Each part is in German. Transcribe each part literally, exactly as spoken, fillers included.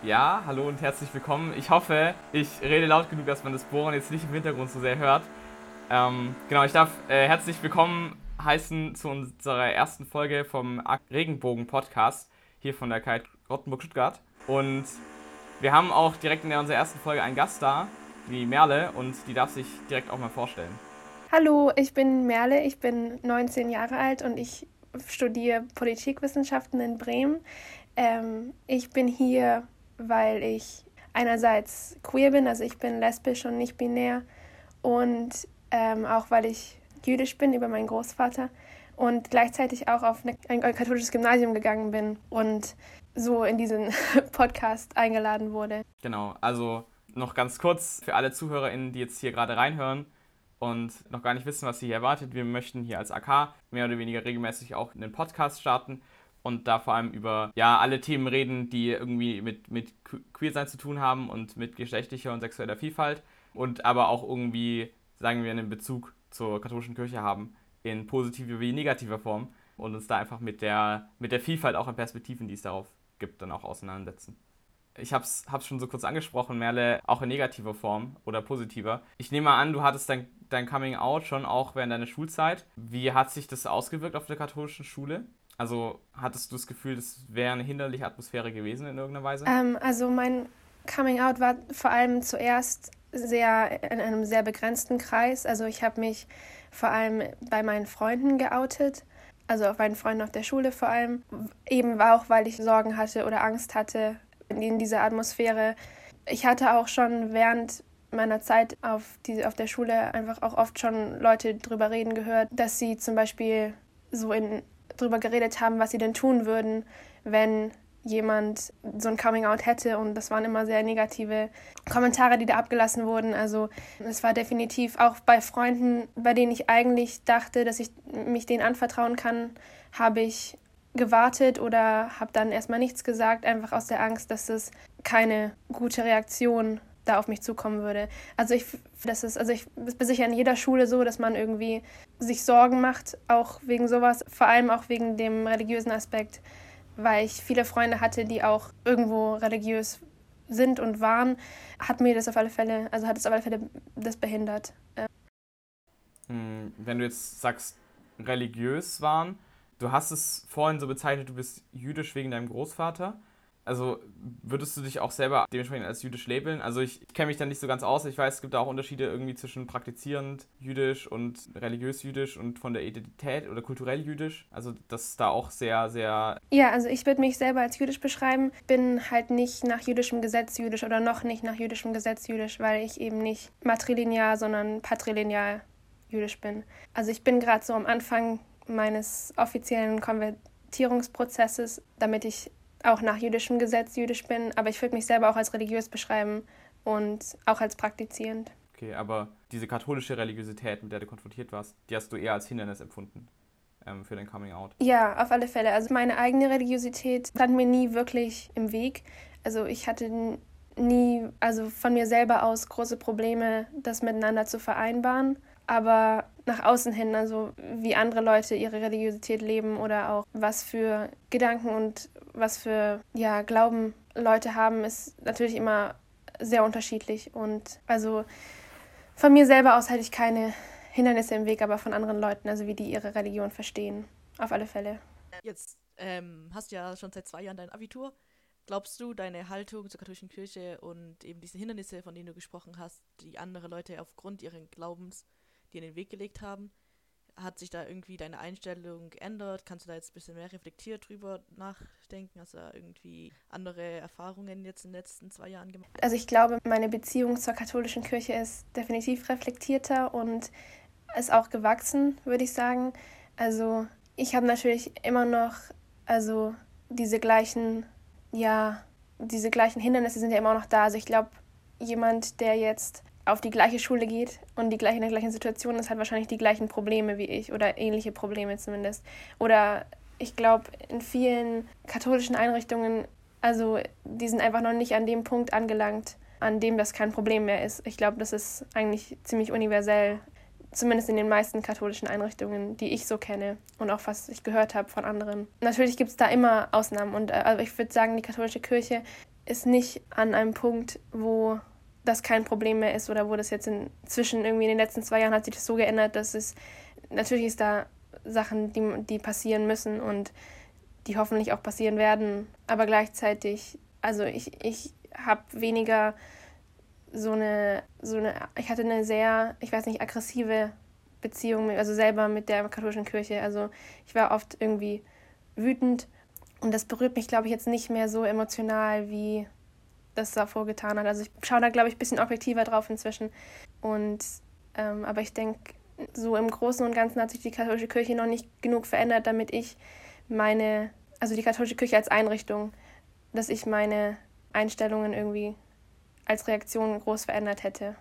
Ja, hallo und herzlich willkommen. Ich hoffe, ich rede laut genug, dass man das Bohren jetzt nicht im Hintergrund so sehr hört. Ähm, genau, ich darf äh, herzlich willkommen heißen zu unserer ersten Folge vom Regenbogen-Podcast hier von der K I T Rottenburg-Stuttgart. Und wir haben auch direkt in der, unserer ersten Folge einen Gast da, die Merle, und die darf sich direkt auch mal vorstellen. Hallo, ich bin Merle, ich bin neunzehn Jahre alt und ich studiere Politikwissenschaften in Bremen. Ähm, ich bin hier, weil ich einerseits queer bin, also ich bin lesbisch und nicht binär, und ähm, auch weil ich jüdisch bin über meinen Großvater und gleichzeitig auch auf eine, ein katholisches Gymnasium gegangen bin und so in diesen Podcast eingeladen wurde. Genau, also noch ganz kurz für alle ZuhörerInnen, die jetzt hier gerade reinhören und noch gar nicht wissen, was sie hier erwartet. Wir möchten hier als A K mehr oder weniger regelmäßig auch einen Podcast starten und da vor allem über ja, alle Themen reden, die irgendwie mit, mit Queersein zu tun haben und mit geschlechtlicher und sexueller Vielfalt und aber auch irgendwie, sagen wir, einen Bezug zur katholischen Kirche haben, in positiver wie negativer Form und uns da einfach mit der, mit der Vielfalt auch an Perspektiven, die es darauf gibt, dann auch auseinandersetzen. Ich hab's, hab's schon so kurz angesprochen, Merle, auch in negativer Form oder positiver. Ich nehme mal an, du hattest dein, dein Coming Out schon auch während deiner Schulzeit. Wie hat sich das ausgewirkt auf der katholischen Schule? Also hattest du das Gefühl, das wäre eine hinderliche Atmosphäre gewesen in irgendeiner Weise? Ähm, also mein Coming Out war vor allem zuerst sehr in einem sehr begrenzten Kreis. Also ich habe mich vor allem bei meinen Freunden geoutet, also auf meinen Freunden auf der Schule vor allem. Eben auch, weil ich Sorgen hatte oder Angst hatte in dieser Atmosphäre. Ich hatte auch schon während meiner Zeit auf, die, auf der Schule einfach auch oft schon Leute drüber reden gehört, dass sie zum Beispiel so in, drüber geredet haben, was sie denn tun würden, wenn jemand so ein Coming-out hätte, und das waren immer sehr negative Kommentare, die da abgelassen wurden. Also es war definitiv auch bei Freunden, bei denen ich eigentlich dachte, dass ich mich denen anvertrauen kann, habe ich gewartet oder habe dann erstmal nichts gesagt, einfach aus der Angst, dass es keine gute Reaktion da auf mich zukommen würde. Also ich, das ist, also ich bin sicher in jeder Schule so, dass man irgendwie sich Sorgen macht, auch wegen sowas, vor allem auch wegen dem religiösen Aspekt, weil ich viele Freunde hatte, die auch irgendwo religiös sind und waren, hat mir das auf alle Fälle, also hat es auf alle Fälle das behindert. Wenn du jetzt sagst, religiös waren, du hast es vorhin so bezeichnet, du bist jüdisch wegen deinem Großvater. Also würdest du dich auch selber dementsprechend als jüdisch labeln? Also ich, ich kenne mich da nicht so ganz aus. Ich weiß, es gibt da auch Unterschiede irgendwie zwischen praktizierend jüdisch und religiös jüdisch und von der Identität oder kulturell jüdisch. Also das ist da auch sehr, sehr... Ja, also ich würde mich selber als jüdisch beschreiben. Bin halt nicht nach jüdischem Gesetz jüdisch oder noch nicht nach jüdischem Gesetz jüdisch, weil ich eben nicht matrilinear, sondern patrilinear jüdisch bin. Also ich bin gerade so am Anfang meines offiziellen Konvertierungsprozesses, damit ich auch nach jüdischem Gesetz jüdisch bin, aber ich würde mich selber auch als religiös beschreiben und auch als praktizierend. Okay, aber diese katholische Religiosität, mit der du konfrontiert warst, die hast du eher als Hindernis empfunden ähm, für dein Coming Out? Ja, auf alle Fälle. Also meine eigene Religiosität stand mir nie wirklich im Weg. Also ich hatte nie, also von mir selber aus große Probleme, das miteinander zu vereinbaren. Aber nach außen hin, also wie andere Leute ihre Religiosität leben oder auch was für Gedanken und was für ja, Glauben Leute haben, ist natürlich immer sehr unterschiedlich. Und also von mir selber aus hatte ich keine Hindernisse im Weg, aber von anderen Leuten, also wie die ihre Religion verstehen, auf alle Fälle. Jetzt ähm, hast du ja schon seit zwei Jahren dein Abitur. Glaubst du, deine Haltung zur katholischen Kirche und eben diese Hindernisse, von denen du gesprochen hast, die andere Leute aufgrund ihren Glaubens dir in den Weg gelegt haben, hat sich da irgendwie deine Einstellung geändert? Kannst du da jetzt ein bisschen mehr reflektiert drüber nachdenken? Hast du da irgendwie andere Erfahrungen jetzt in den letzten zwei Jahren gemacht? Also ich glaube, meine Beziehung zur katholischen Kirche ist definitiv reflektierter und ist auch gewachsen, würde ich sagen. Also ich habe natürlich immer noch, also diese gleichen, ja, diese gleichen Hindernisse sind ja immer noch da. Also ich glaube, jemand, der jetzt auf die gleiche Schule geht und die gleiche, in der gleichen Situation ist, hat wahrscheinlich die gleichen Probleme wie ich oder ähnliche Probleme zumindest. Oder ich glaube, in vielen katholischen Einrichtungen, also die sind einfach noch nicht an dem Punkt angelangt, an dem das kein Problem mehr ist. Ich glaube, das ist eigentlich ziemlich universell, zumindest in den meisten katholischen Einrichtungen, die ich so kenne und auch was ich gehört habe von anderen. Natürlich gibt es da immer Ausnahmen und äh, ich würde sagen, die katholische Kirche ist nicht an einem Punkt, wo das kein Problem mehr ist oder wo das jetzt inzwischen irgendwie in den letzten zwei Jahren hat sich das so geändert, dass es, natürlich ist da Sachen, die, die passieren müssen und die hoffentlich auch passieren werden, aber gleichzeitig, also ich, ich habe weniger so eine, so eine, ich hatte eine sehr, ich weiß nicht, aggressive Beziehung, also selber mit der katholischen Kirche, also ich war oft irgendwie wütend und das berührt mich, glaube ich, jetzt nicht mehr so emotional, wie das davor getan hat. Also ich schaue da, glaube ich, ein bisschen objektiver drauf inzwischen. Und ähm, aber ich denke, so im Großen und Ganzen hat sich die katholische Kirche noch nicht genug verändert, damit ich meine, also die katholische Kirche als Einrichtung, dass ich meine Einstellungen irgendwie als Reaktion groß verändert hätte.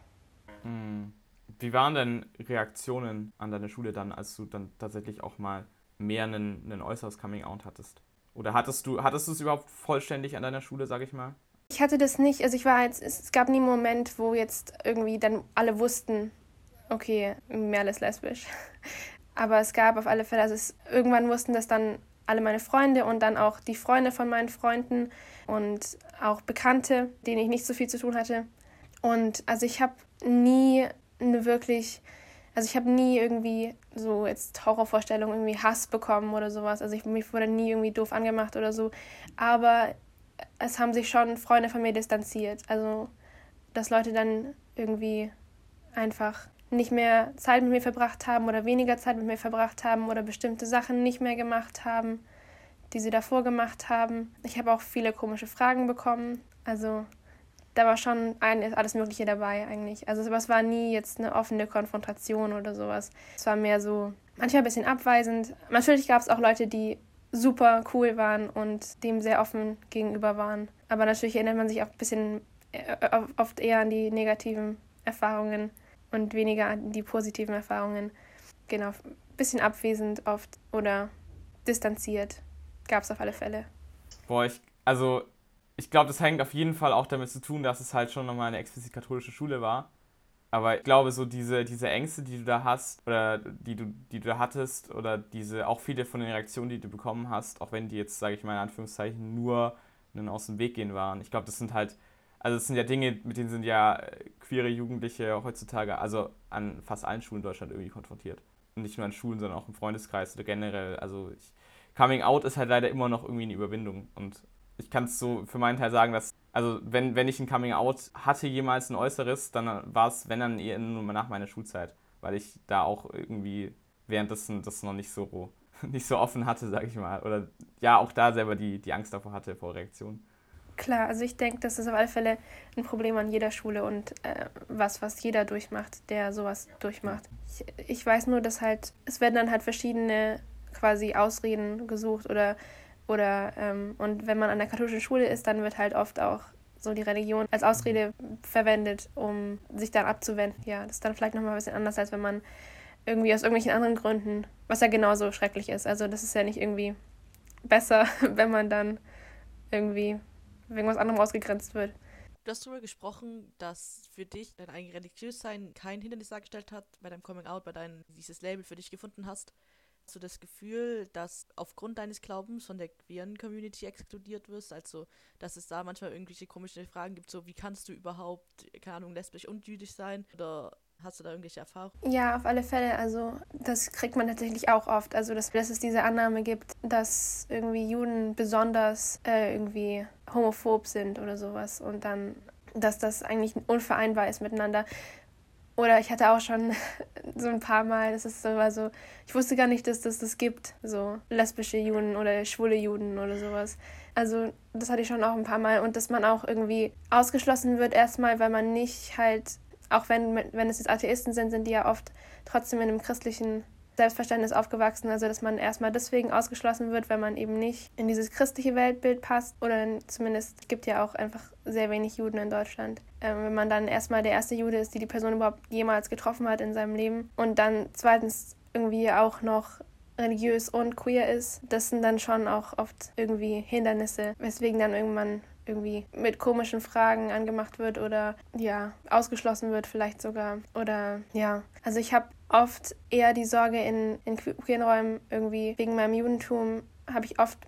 Hm. Wie waren denn Reaktionen an deiner Schule dann, als du dann tatsächlich auch mal mehr einen, einen äußeres Coming-out hattest? Oder hattest du hattest du es überhaupt vollständig an deiner Schule, sag ich mal? Ich hatte das nicht, also ich war jetzt, es gab nie einen Moment, wo jetzt irgendwie dann alle wussten, okay, Merle ist lesbisch. Aber es gab auf alle Fälle, also es, irgendwann wussten das dann alle meine Freunde und dann auch die Freunde von meinen Freunden und auch Bekannte, denen ich nicht so viel zu tun hatte. Und also ich habe nie eine wirklich, also ich habe nie irgendwie so jetzt Horrorvorstellungen, irgendwie Hass bekommen oder sowas. Also ich, mich wurde nie irgendwie doof angemacht oder so. Aber es haben sich schon Freunde von mir distanziert. Also dass Leute dann irgendwie einfach nicht mehr Zeit mit mir verbracht haben oder weniger Zeit mit mir verbracht haben oder bestimmte Sachen nicht mehr gemacht haben, die sie davor gemacht haben. Ich habe auch viele komische Fragen bekommen. Also da war schon ein, alles Mögliche dabei eigentlich. Also es war nie jetzt eine offene Konfrontation oder sowas. Es war mehr so manchmal ein bisschen abweisend. Natürlich gab es auch Leute, die super cool waren und dem sehr offen gegenüber waren. Aber natürlich erinnert man sich auch ein bisschen äh, oft eher an die negativen Erfahrungen und weniger an die positiven Erfahrungen. Genau, ein bisschen abwesend oft oder distanziert gab es auf alle Fälle. Boah, ich, also ich glaube, das hängt auf jeden Fall auch damit zu tun, dass es halt schon nochmal eine explizit katholische Schule war. Aber ich glaube, so diese, diese Ängste, die du da hast, oder die du, die du da hattest, oder diese, auch viele von den Reaktionen, die du bekommen hast, auch wenn die jetzt, sage ich mal in Anführungszeichen, nur einen aus dem Weg gehen waren. Ich glaube, das sind halt, also das sind ja Dinge, mit denen sind ja queere Jugendliche heutzutage, also an fast allen Schulen in Deutschland irgendwie konfrontiert. Und nicht nur an Schulen, sondern auch im Freundeskreis oder generell. Also ich, Coming Out ist halt leider immer noch irgendwie eine Überwindung. Und ich kann es so für meinen Teil sagen, dass, also wenn, wenn ich ein Coming Out hatte, jemals ein äußeres, dann war es, wenn dann eher nur nach meiner Schulzeit, weil ich da auch irgendwie währenddessen das noch nicht so, nicht so offen hatte, sag ich mal. Oder ja, auch da selber die, die Angst davor hatte, vor Reaktionen. Klar, also ich denke, das ist auf alle Fälle ein Problem an jeder Schule und äh, was, was jeder durchmacht, der sowas durchmacht. Ich, ich weiß nur, dass halt, es werden dann halt verschiedene quasi Ausreden gesucht oder Oder, ähm, und wenn man an der katholischen Schule ist, dann wird halt oft auch so die Religion als Ausrede verwendet, um sich dann abzuwenden. Ja, das ist dann vielleicht nochmal ein bisschen anders, als wenn man irgendwie aus irgendwelchen anderen Gründen, was ja genauso schrecklich ist. Also das ist ja nicht irgendwie besser, wenn man dann irgendwie wegen was anderem ausgegrenzt wird. Du hast darüber gesprochen, dass für dich dein eigenes Religiössein kein Hindernis dargestellt hat, bei deinem Coming Out, bei deinem dieses Label für dich gefunden hast. Hast du das Gefühl, dass aufgrund deines Glaubens von der queeren Community exkludiert wirst? Also, dass es da manchmal irgendwelche komischen Fragen gibt, so wie kannst du überhaupt, keine Ahnung, lesbisch und jüdisch sein? Oder hast du da irgendwelche Erfahrungen? Ja, auf alle Fälle. Also das kriegt man tatsächlich auch oft. Also dass, dass es diese Annahme gibt, dass irgendwie Juden besonders äh, irgendwie homophob sind oder sowas. Und dann, dass das eigentlich unvereinbar ist miteinander. Oder ich hatte auch schon so ein paar Mal, das ist so, also ich wusste gar nicht, dass das das gibt, so lesbische Juden oder schwule Juden oder sowas. Also das hatte ich schon auch ein paar Mal und dass man auch irgendwie ausgeschlossen wird erstmal, weil man nicht halt, auch wenn, wenn es jetzt Atheisten sind, sind die ja oft trotzdem in einem christlichen Selbstverständnis aufgewachsen, also dass man erstmal deswegen ausgeschlossen wird, weil man eben nicht in dieses christliche Weltbild passt oder zumindest, es gibt ja auch einfach sehr wenig Juden in Deutschland. Ähm, wenn man dann erstmal der erste Jude ist, die die Person überhaupt jemals getroffen hat in seinem Leben und dann zweitens irgendwie auch noch religiös und queer ist, das sind dann schon auch oft irgendwie Hindernisse, weswegen dann irgendwann irgendwie mit komischen Fragen angemacht wird oder ja, ausgeschlossen wird vielleicht sogar. Oder ja, also ich habe oft eher die Sorge in, in queeren Räumen irgendwie wegen meinem Judentum habe ich oft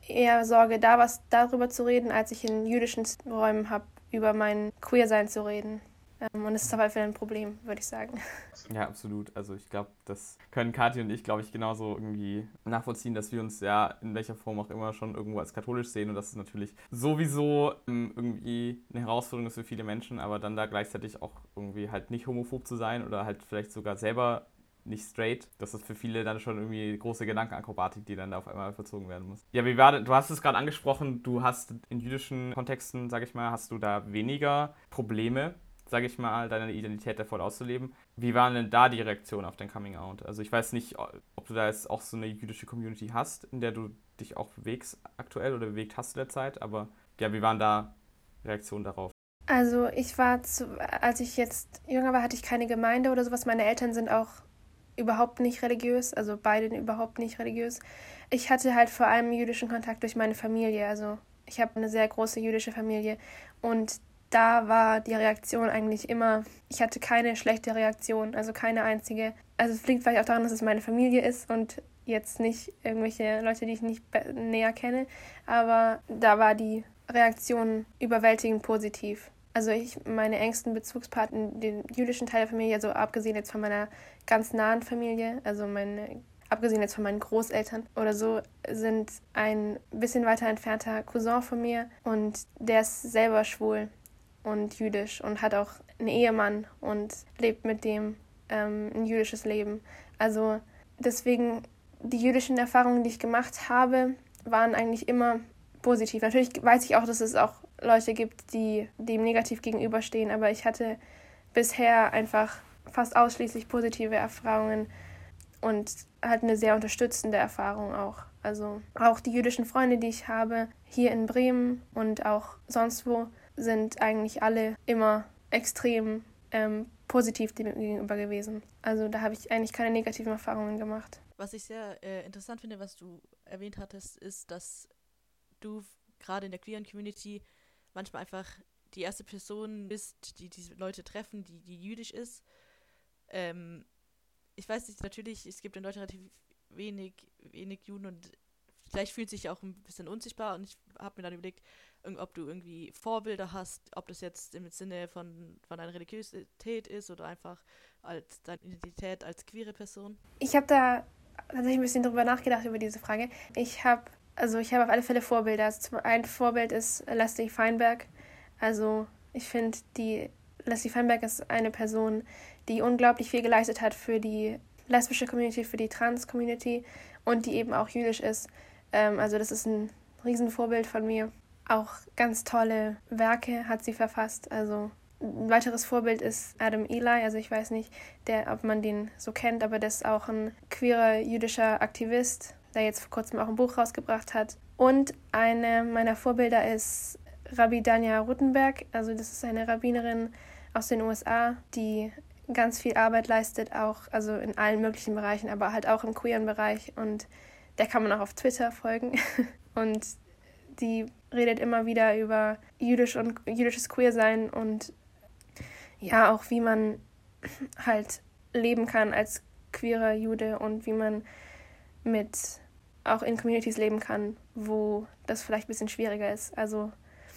eher Sorge, da was darüber zu reden, als ich in jüdischen Räumen habe, über mein Queersein zu reden. Ähm, und es ist auf jeden Fall ein Problem, würde ich sagen. Ja, absolut. Also ich glaube, das können Kathi und ich, glaube ich, genauso irgendwie nachvollziehen, dass wir uns ja in welcher Form auch immer schon irgendwo als katholisch sehen und das ist natürlich sowieso ähm, irgendwie eine Herausforderung ist für viele Menschen, aber dann da gleichzeitig auch irgendwie halt nicht homophob zu sein oder halt vielleicht sogar selber nicht straight. Das ist für viele dann schon irgendwie große Gedankenakrobatik, die dann da auf einmal verzogen werden muss. Ja, wie war das? Du hast es gerade angesprochen, du hast in jüdischen Kontexten, sag ich mal, hast du da weniger Probleme, sage ich mal, deine Identität da voll auszuleben. Wie waren denn da die Reaktionen auf dein Coming Out? Also ich weiß nicht, ob du da jetzt auch so eine jüdische Community hast, in der du dich auch bewegst aktuell oder bewegt hast in der Zeit, aber ja, wie waren da Reaktionen darauf? Also ich war, zu, als ich jetzt jünger war, hatte ich keine Gemeinde oder sowas. Meine Eltern sind auch überhaupt nicht religiös, also beide überhaupt nicht religiös. Ich hatte halt vor allem jüdischen Kontakt durch meine Familie, also ich habe eine sehr große jüdische Familie und da war die Reaktion eigentlich immer, ich hatte keine schlechte Reaktion, also keine einzige. Also es liegt vielleicht auch daran, dass es meine Familie ist und jetzt nicht irgendwelche Leute, die ich nicht näher kenne, aber da war die Reaktion überwältigend positiv. Also ich, meine engsten Bezugspartner, den jüdischen Teil der Familie, also abgesehen jetzt von meiner ganz nahen Familie, also meine, abgesehen jetzt von meinen Großeltern oder so, sind ein bisschen weiter entfernter Cousin von mir und der ist selber schwul und jüdisch und hat auch einen Ehemann und lebt mit dem ähm, ein jüdisches Leben. Also deswegen, die jüdischen Erfahrungen, die ich gemacht habe, waren eigentlich immer positiv. Natürlich weiß ich auch, dass es auch Leute gibt, die dem negativ gegenüberstehen, aber ich hatte bisher einfach fast ausschließlich positive Erfahrungen und halt eine sehr unterstützende Erfahrung auch. Also auch die jüdischen Freunde, die ich habe, hier in Bremen und auch sonst wo, sind eigentlich alle immer extrem ähm, positiv dem gegenüber gewesen. Also da habe ich eigentlich keine negativen Erfahrungen gemacht. Was ich sehr äh, interessant finde, was du erwähnt hattest, ist, dass du gerade in der queeren Community manchmal einfach die erste Person bist, die diese Leute treffen, die, die jüdisch ist. Ähm, ich weiß nicht, natürlich, es gibt in Deutschland relativ wenig, wenig Juden und vielleicht fühlt sich auch ein bisschen unsichtbar und ich habe mir dann überlegt, ob du irgendwie Vorbilder hast, ob das jetzt im Sinne von, von deiner Religiosität ist oder einfach als deine Identität als queere Person. Ich habe da tatsächlich ein bisschen drüber nachgedacht über diese Frage. Ich habe Also ich habe auf alle Fälle Vorbilder. Also ein Vorbild ist Leslie Feinberg. Also ich finde, die Leslie Feinberg ist eine Person, die unglaublich viel geleistet hat für die lesbische Community, für die Trans-Community und die eben auch jüdisch ist. Ähm, also das ist ein Riesenvorbild von mir. Auch ganz tolle Werke hat sie verfasst. Also ein weiteres Vorbild ist Adam Ely. Also ich weiß nicht, der, ob man den so kennt, aber der ist auch ein queerer jüdischer Aktivist, der jetzt vor kurzem auch ein Buch rausgebracht hat. Und eine meiner Vorbilder ist Rabbi Danya Ruttenberg. Also das ist eine Rabbinerin aus den U S A, die ganz viel Arbeit leistet, auch also in allen möglichen Bereichen, aber halt auch im queeren Bereich. Und der kann man auch auf Twitter folgen. Und die redet immer wieder über jüdisch und jüdisches Queersein und ja, auch wie man halt leben kann als queerer Jude und wie man mit auch in Communities leben kann, wo das vielleicht ein bisschen schwieriger ist. Also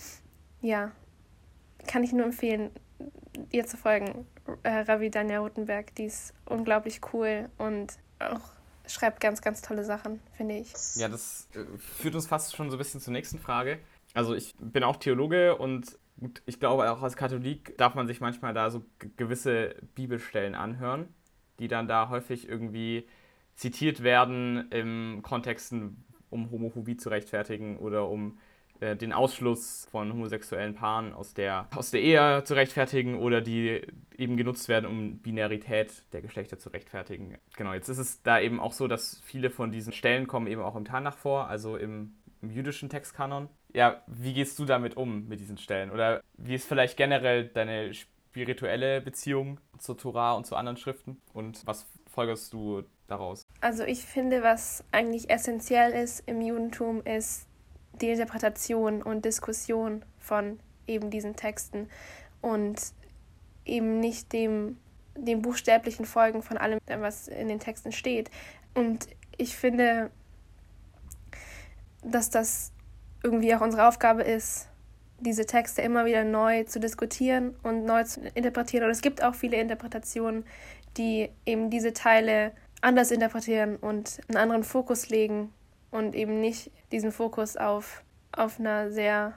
ja, kann ich nur empfehlen, ihr zu folgen, äh, Rabbi Danya Ruttenberg. Die ist unglaublich cool und auch schreibt ganz, ganz tolle Sachen, finde ich. Ja, das äh, führt uns fast schon so ein bisschen zur nächsten Frage. Also ich bin auch Theologe und ich glaube, auch als Katholik darf man sich manchmal da so g- gewisse Bibelstellen anhören, die dann da häufig irgendwie zitiert werden im Kontexten, um Homophobie zu rechtfertigen oder um äh, den Ausschluss von homosexuellen Paaren aus der, aus der Ehe zu rechtfertigen oder die eben genutzt werden, um Binarität der Geschlechter zu rechtfertigen. Genau, jetzt ist es da eben auch so, dass viele von diesen Stellen kommen eben auch im Tanach vor, also im, im jüdischen Textkanon. Ja, wie gehst du damit um, mit diesen Stellen? Oder wie ist vielleicht generell deine spirituelle Beziehung zur Tora und zu anderen Schriften? Und was folgerst du daraus? Also ich finde, was eigentlich essentiell ist im Judentum, ist die Interpretation und Diskussion von eben diesen Texten und eben nicht dem, dem buchstäblichen Folgen von allem, was in den Texten steht. Und ich finde, dass das irgendwie auch unsere Aufgabe ist, diese Texte immer wieder neu zu diskutieren und neu zu interpretieren. Und es gibt auch viele Interpretationen, die eben diese Teile anders interpretieren und einen anderen Fokus legen und eben nicht diesen Fokus auf, auf einer sehr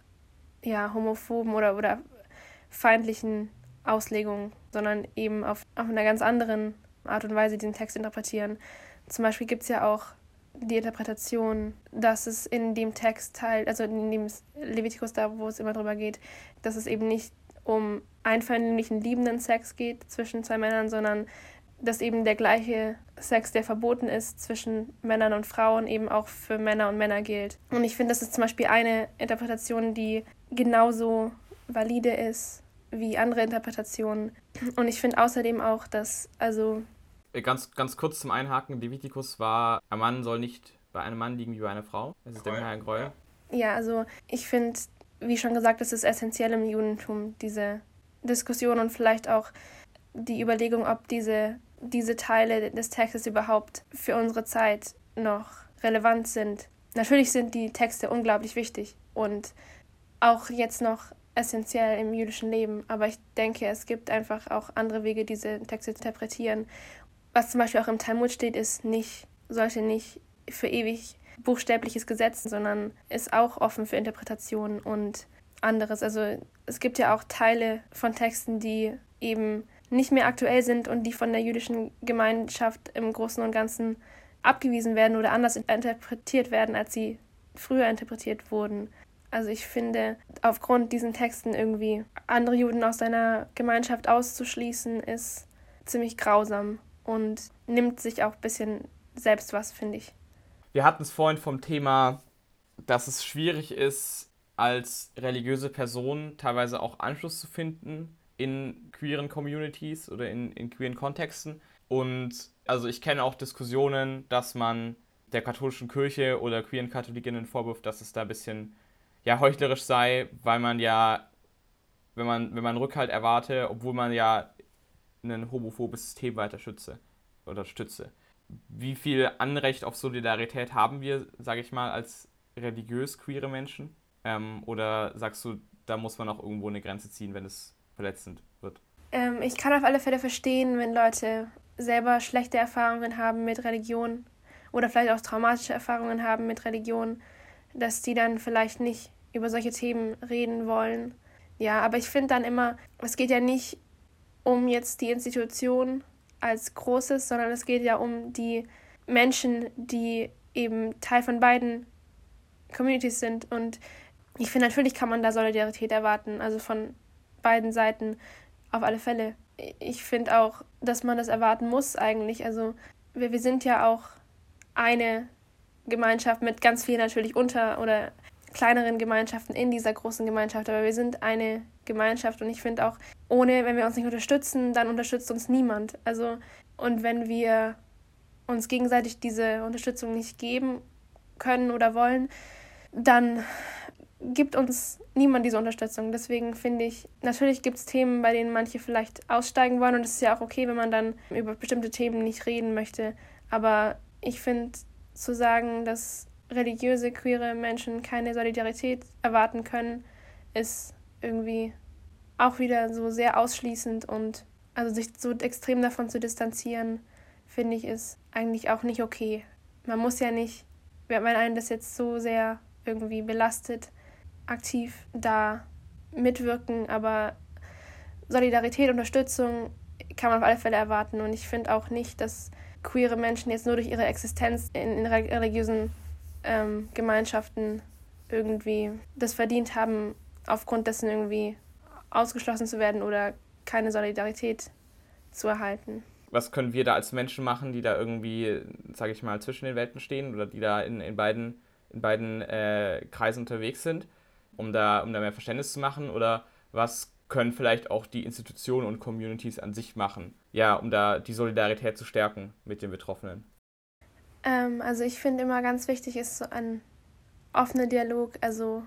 ja, homophoben oder, oder feindlichen Auslegung, sondern eben auf, auf einer ganz anderen Art und Weise diesen Text interpretieren. Zum Beispiel gibt es ja auch die Interpretation, dass es in dem Textteil, also in dem Levitikus, da wo es immer drüber geht, dass es eben nicht um einvernehmlichen, liebenden Sex geht zwischen zwei Männern, sondern dass eben der gleiche Sex, der verboten ist zwischen Männern und Frauen, eben auch für Männer und Männer gilt. Und ich finde, das ist zum Beispiel eine Interpretation, die genauso valide ist wie andere Interpretationen. Und ich finde außerdem auch, dass, also Ganz, ganz kurz zum Einhaken, Levitikus war, ein Mann soll nicht bei einem Mann liegen wie bei einer Frau. Das ist der Herr Gräuel. Ja, also ich finde, wie schon gesagt, das ist essentiell im Judentum, diese Diskussion und vielleicht auch die Überlegung, ob diese, diese Teile des Textes überhaupt für unsere Zeit noch relevant sind. Natürlich sind die Texte unglaublich wichtig und auch jetzt noch essentiell im jüdischen Leben, aber ich denke, es gibt einfach auch andere Wege, diese Texte zu interpretieren. Was zum Beispiel auch im Talmud steht, ist nicht, sollte nicht für ewig buchstäbliches Gesetz, sondern ist auch offen für Interpretationen und anderes. Also es gibt ja auch Teile von Texten, die eben nicht mehr aktuell sind und die von der jüdischen Gemeinschaft im Großen und Ganzen abgewiesen werden oder anders interpretiert werden, als sie früher interpretiert wurden. Also ich finde, aufgrund diesen Texten irgendwie andere Juden aus seiner Gemeinschaft auszuschließen, ist ziemlich grausam und nimmt sich auch ein bisschen selbst was, finde ich. Wir hatten es vorhin vom Thema, dass es schwierig ist, als religiöse Person teilweise auch Anschluss zu finden in queeren Communities oder in, in queeren Kontexten. Und also ich kenne auch Diskussionen, dass man der katholischen Kirche oder queeren Katholikinnen vorwirft, dass es da ein bisschen ja, heuchlerisch sei, weil man ja, wenn man, wenn man Rückhalt erwarte, obwohl man ja ein homophobes System weiter schütze oder stütze. Wie viel Anrecht auf Solidarität haben wir, sage ich mal, als religiös queere Menschen? Ähm, oder sagst du, da muss man auch irgendwo eine Grenze ziehen, wenn es verletzend wird? Ähm, ich kann auf alle Fälle verstehen, wenn Leute selber schlechte Erfahrungen haben mit Religion oder vielleicht auch traumatische Erfahrungen haben mit Religion, dass die dann vielleicht nicht über solche Themen reden wollen. Ja, aber ich finde dann immer, es geht ja nicht um jetzt die Institution als Großes, sondern es geht ja um die Menschen, die eben Teil von beiden Communities sind. Und ich finde, natürlich kann man da Solidarität erwarten, also von beiden Seiten auf alle Fälle. Ich finde auch, dass man das erwarten muss eigentlich. Also wir, wir sind ja auch eine Gemeinschaft mit ganz vielen natürlich unter- oder kleineren Gemeinschaften in dieser großen Gemeinschaft, aber wir sind eine Gemeinschaft und ich finde auch, ohne, wenn wir uns nicht unterstützen, dann unterstützt uns niemand. Also, und wenn wir uns gegenseitig diese Unterstützung nicht geben können oder wollen, dann gibt uns niemand diese Unterstützung. Deswegen finde ich, natürlich gibt es Themen, bei denen manche vielleicht aussteigen wollen und es ist ja auch okay, wenn man dann über bestimmte Themen nicht reden möchte, aber ich finde, zu sagen, dass religiöse, queere Menschen keine Solidarität erwarten können, ist irgendwie auch wieder so sehr ausschließend und also sich so extrem davon zu distanzieren, finde ich, ist eigentlich auch nicht okay. Man muss ja nicht, wenn einen das jetzt so sehr irgendwie belastet, aktiv da mitwirken, aber Solidarität, Unterstützung kann man auf alle Fälle erwarten und ich finde auch nicht, dass queere Menschen jetzt nur durch ihre Existenz in, in religiösen ähm, Gemeinschaften irgendwie das verdient haben, aufgrund dessen irgendwie ausgeschlossen zu werden oder keine Solidarität zu erhalten. Was können wir da als Menschen machen, die da irgendwie, sage ich mal, zwischen den Welten stehen oder die da in, in beiden, in beiden äh, Kreisen unterwegs sind, um da, um da mehr Verständnis zu machen? Oder was können vielleicht auch die Institutionen und Communities an sich machen, ja, um da die Solidarität zu stärken mit den Betroffenen? Ähm, also ich finde immer ganz wichtig ist so ein offener Dialog, also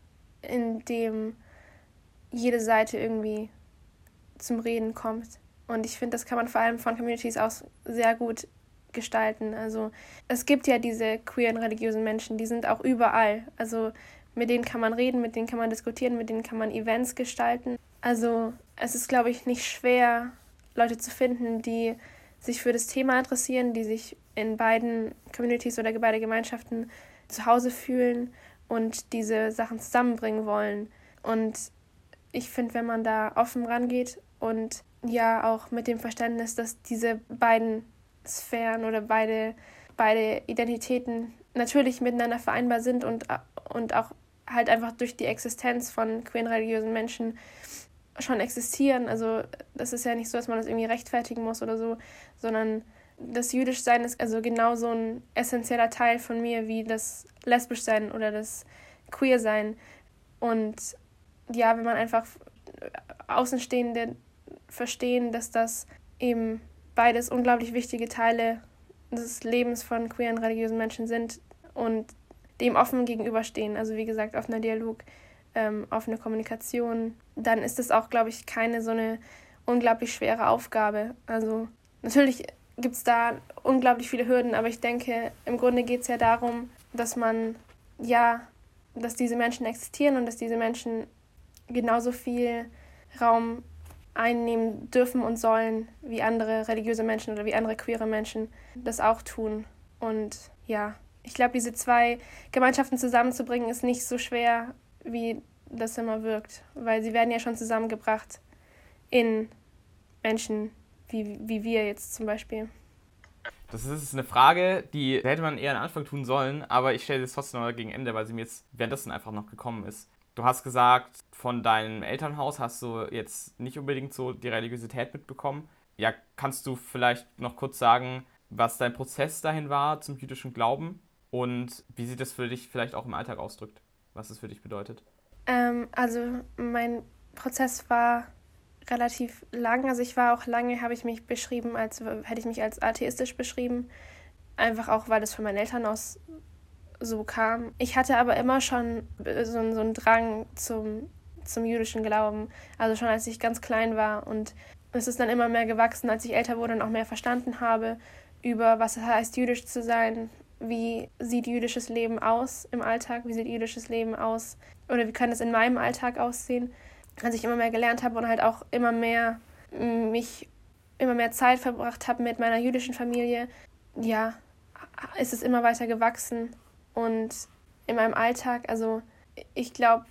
in dem jede Seite irgendwie zum Reden kommt. Und ich finde, das kann man vor allem von Communities aus sehr gut gestalten. Also es gibt ja diese queeren religiösen Menschen, die sind auch überall. Also mit denen kann man reden, mit denen kann man diskutieren, mit denen kann man Events gestalten. Also es ist, glaube ich, nicht schwer, Leute zu finden, die sich für das Thema interessieren, die sich in beiden Communities oder beide Gemeinschaften zu Hause fühlen und diese Sachen zusammenbringen wollen. Und ich finde, wenn man da offen rangeht und ja auch mit dem Verständnis, dass diese beiden Sphären oder beide, beide Identitäten natürlich miteinander vereinbar sind und, und auch halt einfach durch die Existenz von queeren religiösen Menschen schon existieren. Also das ist ja nicht so, dass man das irgendwie rechtfertigen muss oder so, sondern das Jüdischsein ist also genauso ein essentieller Teil von mir wie das Lesbischsein oder das Queersein. Und ja, wenn man einfach Außenstehende verstehen, dass das eben beides unglaublich wichtige Teile des Lebens von queeren religiösen Menschen sind und dem offen gegenüberstehen, also wie gesagt, offener Dialog, ähm, offene Kommunikation, dann ist das auch, glaube ich, keine so eine unglaublich schwere Aufgabe. Also natürlich gibt es da unglaublich viele Hürden, aber ich denke, im Grunde geht es ja darum, dass man, ja, dass diese Menschen existieren und dass diese Menschen genauso viel Raum einnehmen dürfen und sollen, wie andere religiöse Menschen oder wie andere queere Menschen das auch tun. Und ja, ich glaube, diese zwei Gemeinschaften zusammenzubringen, ist nicht so schwer, wie das immer wirkt, weil sie werden ja schon zusammengebracht in Menschen wie, wie wir jetzt zum Beispiel. Das ist eine Frage, die hätte man eher am Anfang tun sollen, aber ich stelle sie trotzdem noch gegen Ende, weil sie mir jetzt währenddessen einfach noch gekommen ist. Du hast gesagt, von deinem Elternhaus hast du jetzt nicht unbedingt so die Religiosität mitbekommen. Ja, kannst du vielleicht noch kurz sagen, was dein Prozess dahin war zum jüdischen Glauben und wie sich das für dich vielleicht auch im Alltag ausdrückt, was es für dich bedeutet? Ähm, also mein Prozess war relativ lang. Also ich war auch lange, habe ich mich beschrieben, als hätte ich mich als atheistisch beschrieben. Einfach auch, weil das von meinen Eltern aus so kam. Ich hatte aber immer schon so, so einen Drang zum, zum jüdischen Glauben. Also schon als ich ganz klein war. Und es ist dann immer mehr gewachsen, als ich älter wurde und auch mehr verstanden habe über, was es heißt, jüdisch zu sein. Wie sieht jüdisches Leben aus im Alltag? Wie sieht jüdisches Leben aus? Oder wie kann es in meinem Alltag aussehen? Als ich immer mehr gelernt habe und halt auch immer mehr mich, immer mehr Zeit verbracht habe mit meiner jüdischen Familie, ja, ist es immer weiter gewachsen. Und in meinem Alltag, also ich glaube,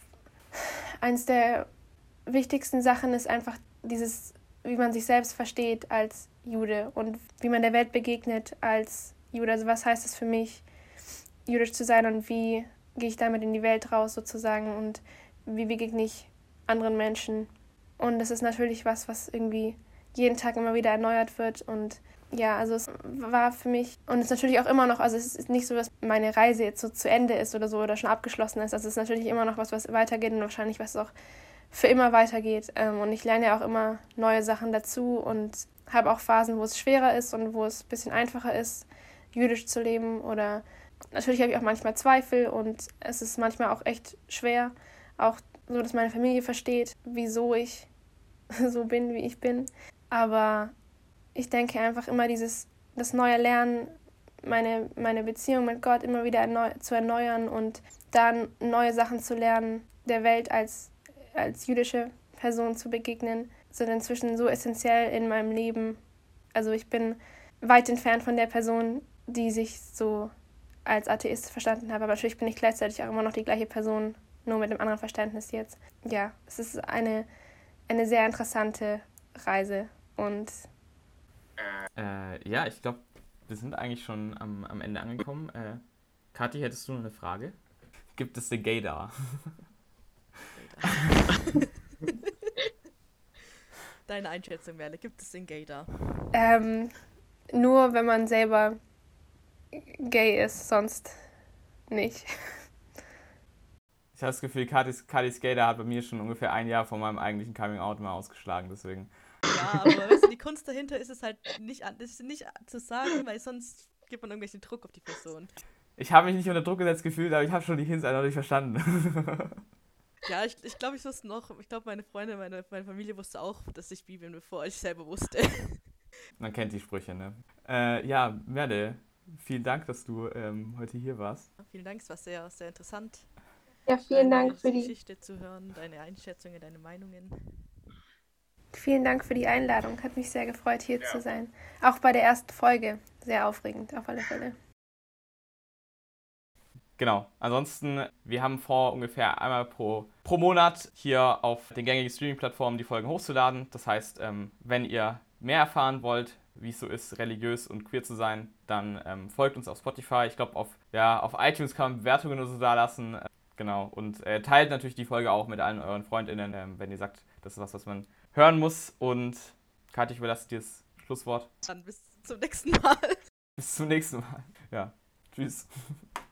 eins der wichtigsten Sachen ist einfach dieses, wie man sich selbst versteht als Jude und wie man der Welt begegnet als Jude. Also was heißt es für mich, jüdisch zu sein und wie gehe ich damit in die Welt raus sozusagen und wie begegne ich anderen Menschen. Und das ist natürlich was, was irgendwie jeden Tag immer wieder erneuert wird. Und ja, also es war für mich, und es ist natürlich auch immer noch, also es ist nicht so, dass meine Reise jetzt so zu Ende ist oder so oder schon abgeschlossen ist. Also es ist natürlich immer noch was, was weitergeht und wahrscheinlich was auch für immer weitergeht. Und ich lerne ja auch immer neue Sachen dazu und habe auch Phasen, wo es schwerer ist und wo es ein bisschen einfacher ist, jüdisch zu leben. Oder natürlich habe ich auch manchmal Zweifel und es ist manchmal auch echt schwer, auch so, dass meine Familie versteht, wieso ich so bin, wie ich bin. Aber ich denke einfach immer dieses, das neue Lernen, meine, meine Beziehung mit Gott immer wieder erneu- zu erneuern und dann neue Sachen zu lernen, der Welt als, als jüdische Person zu begegnen, sind inzwischen so essentiell in meinem Leben. Also ich bin weit entfernt von der Person, die sich so als Atheist verstanden hat, aber natürlich bin ich gleichzeitig auch immer noch die gleiche Person, nur mit einem anderen Verständnis jetzt. Ja, es ist eine, eine sehr interessante Reise und Äh, ja, ich glaube, wir sind eigentlich schon am, am Ende angekommen. Äh, Kathi, hättest du noch eine Frage? Gibt es den Gaydar? Deine Einschätzung, Merle, gibt es den Gaydar? Ähm, nur wenn man selber gay ist, sonst nicht. Ich habe das Gefühl, Kathis, Kathis Gaydar hat bei mir schon ungefähr ein Jahr vor meinem eigentlichen Coming-out mal ausgeschlagen, deswegen. Ja, aber weißt du, die Kunst dahinter ist es halt nicht, das ist nicht zu sagen, weil sonst gibt man irgendwelchen Druck auf die Person. Ich habe mich nicht unter Druck gesetzt gefühlt, aber ich habe schon die Hints eindeutig verstanden. Ja, ich, ich glaube, ich wusste noch, ich glaube, meine Freunde, meine, meine Familie wusste auch, dass ich bi bin, bevor ich selber wusste. Man kennt die Sprüche, ne? Äh, ja, Merle, vielen Dank, dass du ähm, heute hier warst. Vielen Dank, es war sehr, sehr interessant, Ja, vielen deine Dank für die, Geschichte zu hören, deine Einschätzungen, deine Meinungen. vielen Dank für die Einladung. Hat mich sehr gefreut, hier zu sein. Auch bei der ersten Folge. Sehr aufregend, auf alle Fälle. Genau. Ansonsten, wir haben vor, ungefähr einmal pro, pro Monat hier auf den gängigen Streaming-Plattformen die Folgen hochzuladen. Das heißt, ähm, wenn ihr mehr erfahren wollt, wie es so ist, religiös und queer zu sein, dann ähm, folgt uns auf Spotify. Ich glaube, auf, ja, auf iTunes kann man Bewertungen oder so da lassen. Äh, genau. Und äh, teilt natürlich die Folge auch mit allen euren FreundInnen, ähm, wenn ihr sagt, das ist was, was man hören muss. Und Katja, ich überlasse dir das Schlusswort. Dann bis zum nächsten Mal. Bis zum nächsten Mal. Ja. Tschüss.